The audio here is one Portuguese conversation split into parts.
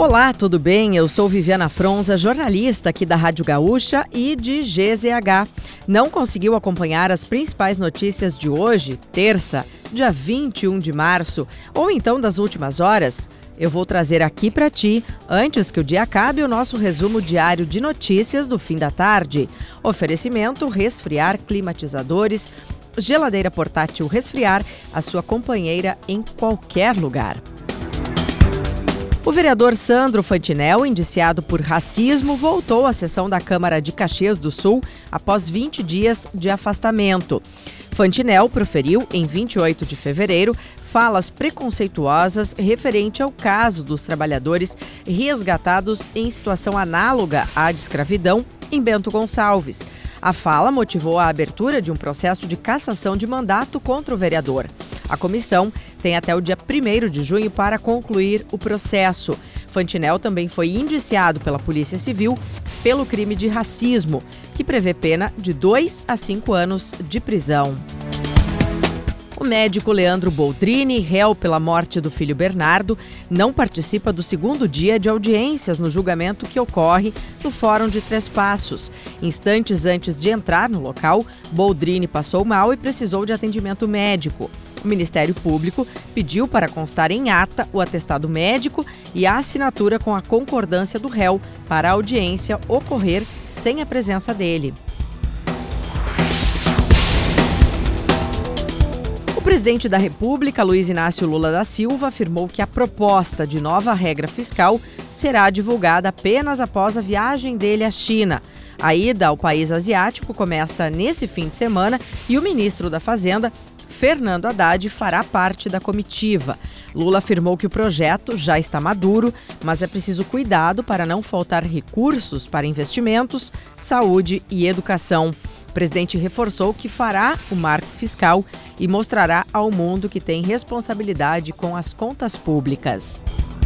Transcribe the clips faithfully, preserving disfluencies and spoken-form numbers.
Olá, tudo bem? Eu sou Viviana Fronza, jornalista aqui da Rádio Gaúcha e de G Z H. Não conseguiu acompanhar as principais notícias de hoje, terça, dia vinte e um de março, ou então das últimas horas? Eu vou trazer aqui para ti, antes que o dia acabe, o nosso resumo diário de notícias do fim da tarde. Oferecimento, resfriar, climatizadores, geladeira portátil resfriar, a sua companheira em qualquer lugar. O vereador Sandro Fantinel, indiciado por racismo, voltou à sessão da Câmara de Caxias do Sul após vinte dias de afastamento. Fantinel proferiu, em vinte e oito de fevereiro, falas preconceituosas referente ao caso dos trabalhadores resgatados em situação análoga à de escravidão em Bento Gonçalves. A fala motivou a abertura de um processo de cassação de mandato contra o vereador. A comissão tem até o dia primeiro de junho para concluir o processo. Fantinel também foi indiciado pela Polícia Civil pelo crime de racismo, que prevê pena de dois a cinco anos de prisão. O médico Leandro Boldrini, réu pela morte do filho Bernardo, não participa do segundo dia de audiências no julgamento que ocorre no Fórum de Três Passos. Instantes antes de entrar no local, Boldrini passou mal e precisou de atendimento médico. O Ministério Público pediu para constar em ata o atestado médico e a assinatura com a concordância do réu para a audiência ocorrer sem a presença dele. O presidente da República, Luiz Inácio Lula da Silva, afirmou que a proposta de nova regra fiscal será divulgada apenas após a viagem dele à China. A ida ao país asiático começa nesse fim de semana e o ministro da Fazenda, Fernando Haddad, fará parte da comitiva. Lula afirmou que o projeto já está maduro, mas é preciso cuidado para não faltar recursos para investimentos, saúde e educação. O presidente reforçou que fará o marco fiscal e mostrará ao mundo que tem responsabilidade com as contas públicas.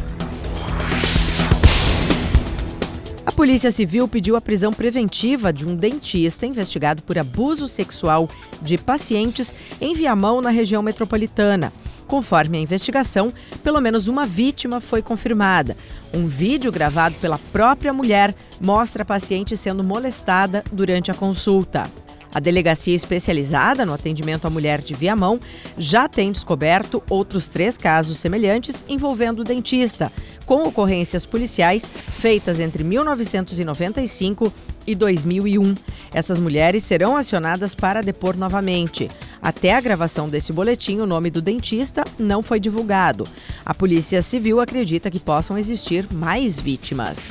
A Polícia Civil pediu a prisão preventiva de um dentista investigado por abuso sexual de pacientes em Viamão, na região metropolitana. Conforme a investigação, pelo menos uma vítima foi confirmada. Um vídeo gravado pela própria mulher mostra a paciente sendo molestada durante a consulta. A delegacia especializada no atendimento à mulher de Viamão já tem descoberto outros três casos semelhantes envolvendo o dentista, com ocorrências policiais feitas entre mil novecentos e noventa e cinco e dois mil e um. Essas mulheres serão acionadas para depor novamente. Até a gravação desse boletim, o nome do dentista não foi divulgado. A Polícia Civil acredita que possam existir mais vítimas.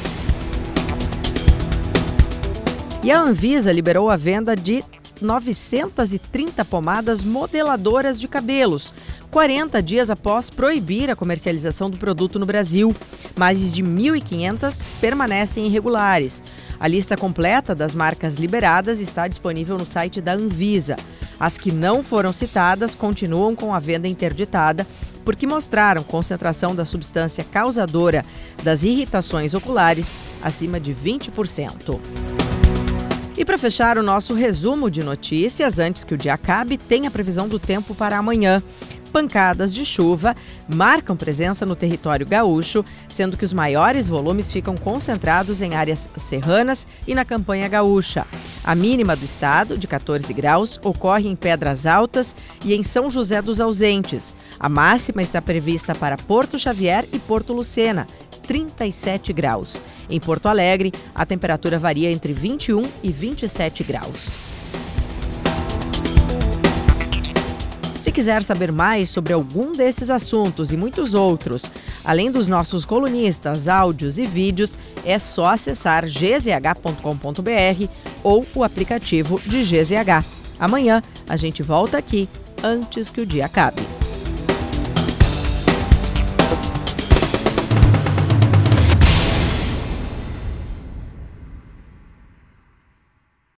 E a Anvisa liberou a venda de novecentas e trinta pomadas modeladoras de cabelos, quarenta dias após proibir a comercialização do produto no Brasil. Mais de mil e quinhentas permanecem irregulares. A lista completa das marcas liberadas está disponível no site da Anvisa. As que não foram citadas continuam com a venda interditada porque mostraram concentração da substância causadora das irritações oculares acima de vinte por cento. E para fechar o nosso resumo de notícias, antes que o dia acabe, tem a previsão do tempo para amanhã. Pancadas de chuva marcam presença no território gaúcho, sendo que os maiores volumes ficam concentrados em áreas serranas e na campanha gaúcha. A mínima do estado, de quatorze graus, ocorre em Pedras Altas e em São José dos Ausentes. A máxima está prevista para Porto Xavier e Porto Lucena, trinta e sete graus. Em Porto Alegre, a temperatura varia entre vinte e um e vinte e sete graus. Se quiser saber mais sobre algum desses assuntos e muitos outros, além dos nossos colunistas, áudios e vídeos, é só acessar g z h ponto com ponto b r ou o aplicativo de G Z H. Amanhã a gente volta aqui antes que o dia acabe.